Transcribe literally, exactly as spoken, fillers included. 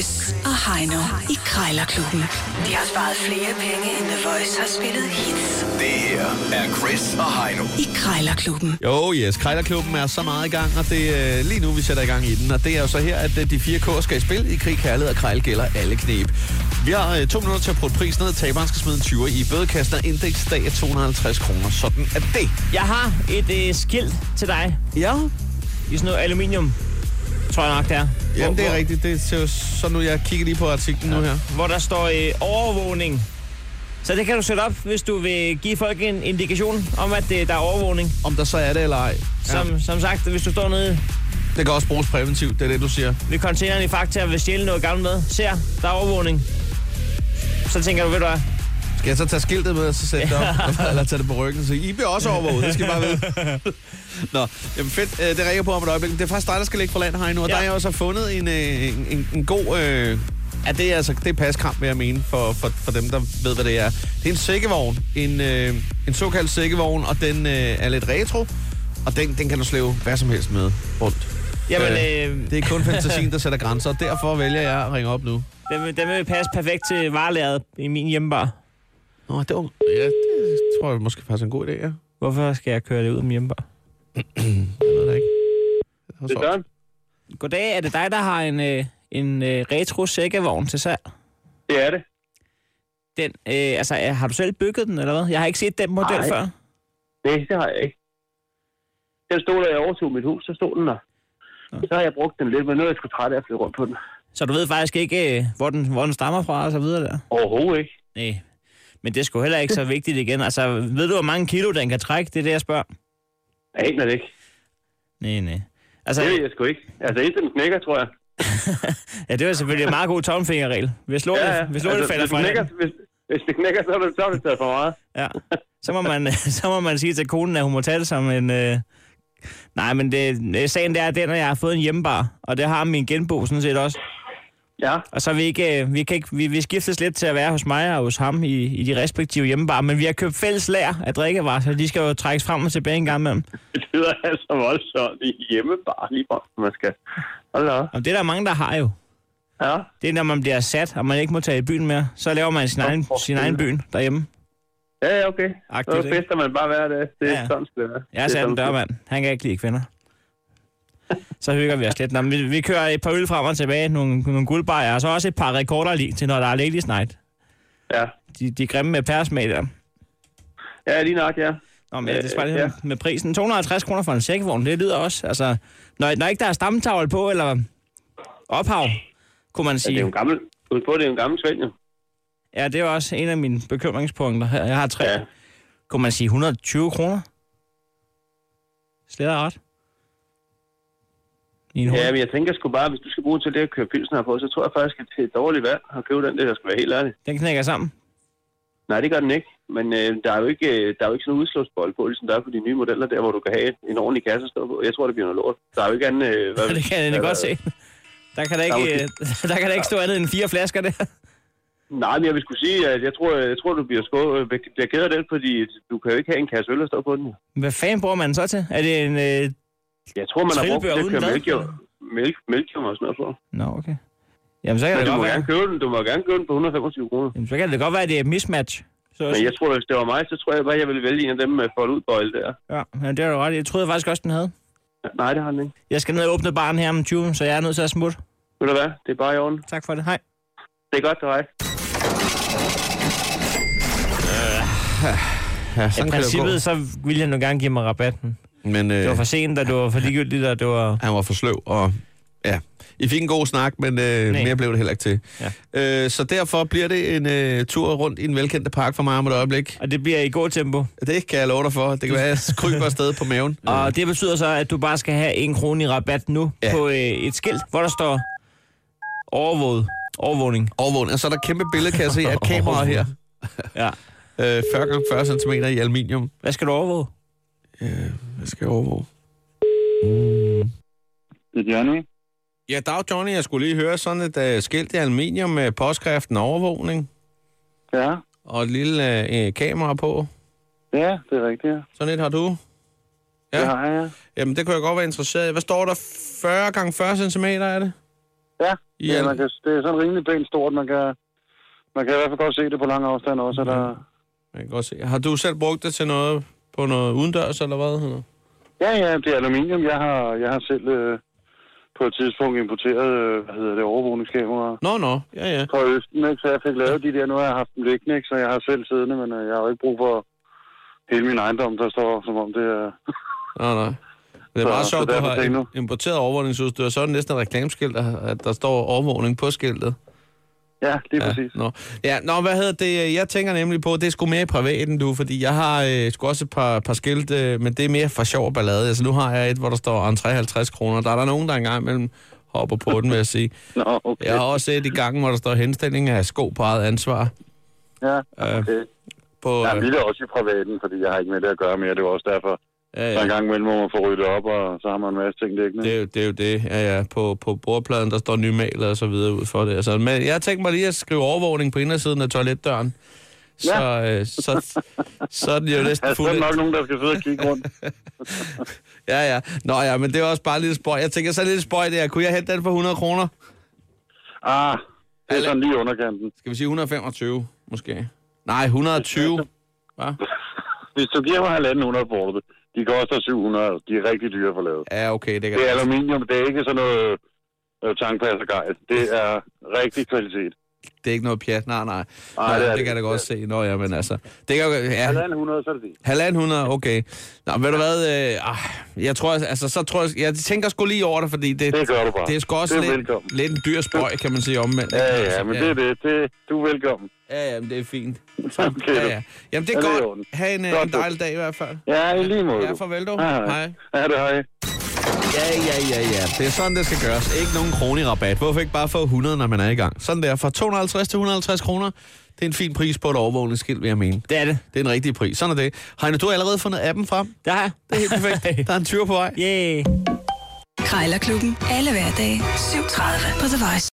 Chris og Heino i Krejlerklubben. De har sparet flere penge, end The Voice har spillet hits. Det her er Chris og Heino i Krejlerklubben. Jo, yes. Krejlerklubben er så meget i gang, og det er lige nu, vi sætter i gang i den. Og det er jo så her, at de fire K'er skal i spil i krig, kærlighed og krejl gælder alle knep. Vi har øh, to minutter til at putte pris ned. Taberen skal smide en tyver i bødekassen, og indeksdag er to hundrede og halvtreds kroner. Sådan er det. Jeg har et øh, skilt til dig. Ja. I sådan noget aluminium, tror jeg nok, det er. Jamen, det er hvor, rigtigt. Det ser jo så nu, jeg kigger lige på artiklen ja. nu her. Hvor der står øh, overvågning. Så det kan du sætte op, hvis du vil give folk en indikation om, at øh, der er overvågning. Om der så er det eller ej. Som, ja. som sagt, hvis du står nede... Det kan også bruges præventivt, det er det, du siger. Ved containeren i Fakta, vil stjæle noget gammelt med. Ser, der er overvågning. Så tænker du, ved du hvad? Skal jeg så tage skiltet med, og så sætte det op? Eller tage det på ryggen? Så I bliver også overvåget, det skal I bare vide. Nå, jamen fedt. Det rækker på om et øjeblik. Det er faktisk dig, der skal ligge for land her nu. Og ja. der har jeg også fundet en, en, en, en god... Øh, ja, det er altså det er paskramp, vil jeg mene, for, for, for dem, der ved, hvad det er. Det er en sækkevogn. En, øh, en såkaldt sækkevogn, og den øh, er lidt retro. Og den, den kan du slæve hvad som helst med rundt. Jamen, øh, øh, det er kun fantasien, der sætter grænser, og derfor vælger jeg at ringe op nu. Den vil, den vil passe perfekt til varelæret i min hjemmebar. Nå, det, var, ja, det tror jeg måske faktisk er en god idé, ja. Hvorfor skal jeg køre det ud af min hjemmebar? Jeg ved det ikke. Det er Søren. Goddag, er det dig, der har en, øh, en øh, retro sækkevogn til salg? Det er det. Den, øh, altså, øh, har du selv bygget den, eller hvad? Jeg har ikke set den model Nej. før. Nej, det har jeg ikke. Den stod der, jeg overtog mit hus, så stod den der. Ja. Så har jeg brugt den lidt, men nu er jeg sgu træt af at flytte rundt på den. Så du ved faktisk ikke, øh, hvor, den, hvor den stammer fra og så videre der? Overhovedet ikke. Nej, men det er sgu heller ikke så vigtigt igen. Altså, ved du, hvor mange kilo den kan trække? Det er det, jeg spørger. Jeg aner det ikke. Nej, nej. Altså, det ved jeg sgu ikke. Altså, indtil den knækker, tror jeg. Ja, det var selvfølgelig en meget god tommelfingerregel. Hvis lortet, ja, ja. hvis lortet altså, falder fra knækker, hvis, hvis det knækker, så er det, så er det taget for meget. Ja, så må, man, så må man sige til konen, at hun må tage det som en... Øh... Nej, men det, sagen der er den, at jeg har fået en hjemmebar, og det har min genbo sådan set også. Ja. Og så vi ikke, vi kan ikke, vi, vi skiftes lidt til at være hos mig og hos ham i, i de respektive hjemmebarer, men vi har købt fælles lager af drikkevarer, så de skal jo trækkes frem og tilbage en gang imellem. Det lyder altså voldsomt i hjemmebar lige på, man skal. Hold da. Og det er der mange, der har jo. Ja. Det er, når man bliver sat, og man ikke må tage i byen mere, så laver man sin egen, sin egen byen derhjemme. Ja, ja, okay. Aktivt, så fester man bare hver dag. Det er ja. sådan, det er. Jeg er sat en dørmand. Han kan ikke lide kvinder. Så hygger vi os lidt. Nå, vi, vi kører et par øl frem og tilbage, nogle, nogle guldbajer, og så også et par rekorder lige til, når der er Ladies Night. Ja. De, de grimme med pæresmag der. Ja, lige nok, ja. Nå, men det er bare øh, ja. med prisen. to hundrede og halvtreds kroner for en sækkevogn, det lyder også. Altså, når, når ikke der er stamtavl på, eller ophav, kunne man sige. Ja, det er jo en gammel, du på, det er jo en gammel svend, jo. Ja, det er også en af mine bekymringspunkter. Jeg har tre. Ja. Kunne man sige et hundrede og tyve kroner? Slet og ret. Ja, men jeg tænker sgu bare, hvis du skal bruge til det at køre pilsen her på, så tror jeg faktisk, at det er et dårligt valg at købe den, det der skal være helt ærligt. Den knækker sammen? Nej, det gør den ikke. Men øh, der er jo ikke, der er jo ikke sådan en udslåsbold på, ligesom der er på de nye modeller der, hvor du kan have en ordentlig kasse at stå på. Jeg tror, det bliver noget lort. Der er jo ikke andet... Øh, hvad, det kan jeg godt se. Der kan der ikke, der, måske... der kan der ikke stå andet end fire flasker der. Nej, men jeg vil skulle sige, at jeg tror, jeg tror du bliver, skå, bliver ked af det, fordi du kan jo ikke have en kasse øl at stå på den. Hvad fanden bruger man så til? Er det en... Øh... Jeg tror, man har brugt det til at køre mælkjum, mælk, mælkjum og sådan noget på. Nå, okay. Jamen, så kan men det du godt må være... gerne købe den. Du må gerne købe den på et hundrede og femogtyve kroner. Jamen, så kan det godt være, at det er et mismatch. Så men jeg tror, hvis det var mig, så tror jeg bare, jeg ville vælge en af dem med foldet ud bøjle der. Ja, men det er du ret. Jeg troede faktisk også, den havde. Ja, nej, det har den ikke. Jeg skal ned og åbne baren her om tyve, så jeg er nødt til at smutte. Ved du hvad? Det er bare i orden. Tak for det. Hej. Det er godt, det hej. Ja, i princippet, så ville jeg nu gerne give mig rabatten. Men, øh, det var for sent, og det var for ligegyldigt, og det var... Han var for sløv, og ja... I fik en god snak, men øh, mere blev det heller ikke til. Ja. Øh, så derfor bliver det en øh, tur rundt i en velkendte park for mig om et øjeblik. Og det bliver i god tempo. Det kan jeg love dig for. Det kan være, at jeg kryber afsted på maven. Og det betyder så, at du bare skal have en krone i rabat nu ja. på øh, et skilt, hvor der står overvåget. Overvågning. Overvågning. Og så er der kæmpe billede, kan jeg se, af et kamera her. Ja. øh, fyrre gange fyrre centimeter i aluminium. Hvad skal du overvåge? Øh, hvad skal jeg overvåge? Mm. Det er Johnny. Ja, dag Johnny. Jeg skulle lige høre sådan et uh, skilt i aluminium med påskriften overvågning. Ja. Og et lille uh, kamera på. Ja, det er rigtigt, ja. Sådan et har du? Ja. Det har jeg, ja. Jamen, det kunne jeg godt være interesseret i. Hvad står der? fyrre gange fyrre centimeter, er det? Ja. I Ja, al- man kan, det er sådan rimelig pænt stort. Man kan, man kan i hvert fald godt se det på lang afstand også. Eller... Jeg kan godt se. Har du selv brugt det til noget på noget udendørs, eller hvad? Eller? Ja, ja, det er aluminium. Jeg har, jeg har selv øh, på et tidspunkt importeret, øh, hvad hedder det, overvågningskameraer Nå, nå. Ja, ja. fra Østen, ikke? Så jeg fik lavet de der. Nu har jeg haft dem liggende, ikke? Så jeg har selv siddende, men øh, jeg har jo ikke brug for hele min ejendom, der står som om det er... Nå, nej. Det er Så- meget så sjovt, du derfor har tænker jeg im- importeret overvågningsudstyr. Så er det næsten et reklameskilt, at der står overvågning på skiltet. Ja, det er Ja, præcis. nå. Ja, nå, hvad hedder det? Jeg tænker nemlig på, det er sgu mere i privaten, du, fordi jeg har øh, sgu også et par, par skilt, øh, men det er mere for sjov ballade. Altså, nu har jeg et, hvor der står entré halvtreds kroner. Der er der nogen, der engang mellem hopper på den, vil jeg sige. Nå, okay. Jeg har også et i gangen, hvor der står henstilling af sko på eget ansvar. Ja, Øh, okay. På, Ja, øh, vi er også i privaten, fordi jeg har ikke med det at gøre mere. Det er også derfor, ja, så en ja. gang imellem må man få ryddet op, og så har man en masse ting liggende. Det er, jo, det er jo det. Ja, ja. På, på bordpladen, der står nymaler og så videre ud for det. Altså, men jeg tænkte mig lige at skrive overvågning på indersiden af toiletdøren. Så, Ja. øh, så, så er den jo næsten Der er fuld. nok nogen, der skal sidde og kigge rundt. Ja, ja. Nå ja, men det er også bare lidt spøj. Jeg tænker så lidt spøj der. Kunne jeg hente den for hundrede kroner? Ah, det er sådan lige underkanten. Skal vi sige et hundrede og femogtyve, måske? Nej, et hundrede og tyve. Hvad? Hvis du giver mig halvanden hundrede for det, de koster syv hundrede. De er rigtig dyre for lavet. Ja, okay. Det, kan Det er aluminium, det er ikke sådan noget øh, tankpassergejl. Det er rigtig kvalitet. det er ikke noget pjat. Nej, nej. Nej, nej det er det, det kan jeg da ikke. godt se. Nå ja, men altså. Det kan jo... Ja. Halvanden hundrede, så er det fint. Halvanden hundrede, okay. Nå, ved du hvad? Øh, ah, jeg tror, altså, så tror jeg... Jeg tænker sgu lige over det, fordi det... Det gør du bare. Det er sgu også Det er lidt, velkommen. lidt en dyr spøj, kan man sige omvendt. ikke? Ja, Altså, ja, men det er det. det. Du er velkommen. Ja, ja, men det er fint. Okay, Ja, du. ja. Jamen, det er Ja, det er i godt. orden. Ha' en, øh, Godt, en du. dejlig dag i hvert fald. Ja, i lige måde. Ja, du. farvel du. Hej, hej. Hej. Ja, det hej. Ja, ja, ja, ja. Det er sådan, det skal gøres. Ikke nogen kronerabat. Hvorfor ikke bare få hundrede, når man er i gang? Sådan der. Fra to hundrede og halvtreds til et hundrede og halvtreds kroner. Det er en fin pris på et overvågningsskilt, vil jeg mene. Det er det. Det er en rigtig pris. Sådan er det. Heine, du har allerede fundet appen frem. Det har jeg. Det er helt perfekt. Der er en tyr på vej. Yeah. Krejlerklubben. Alle hverdage. syv tredive på The Voice.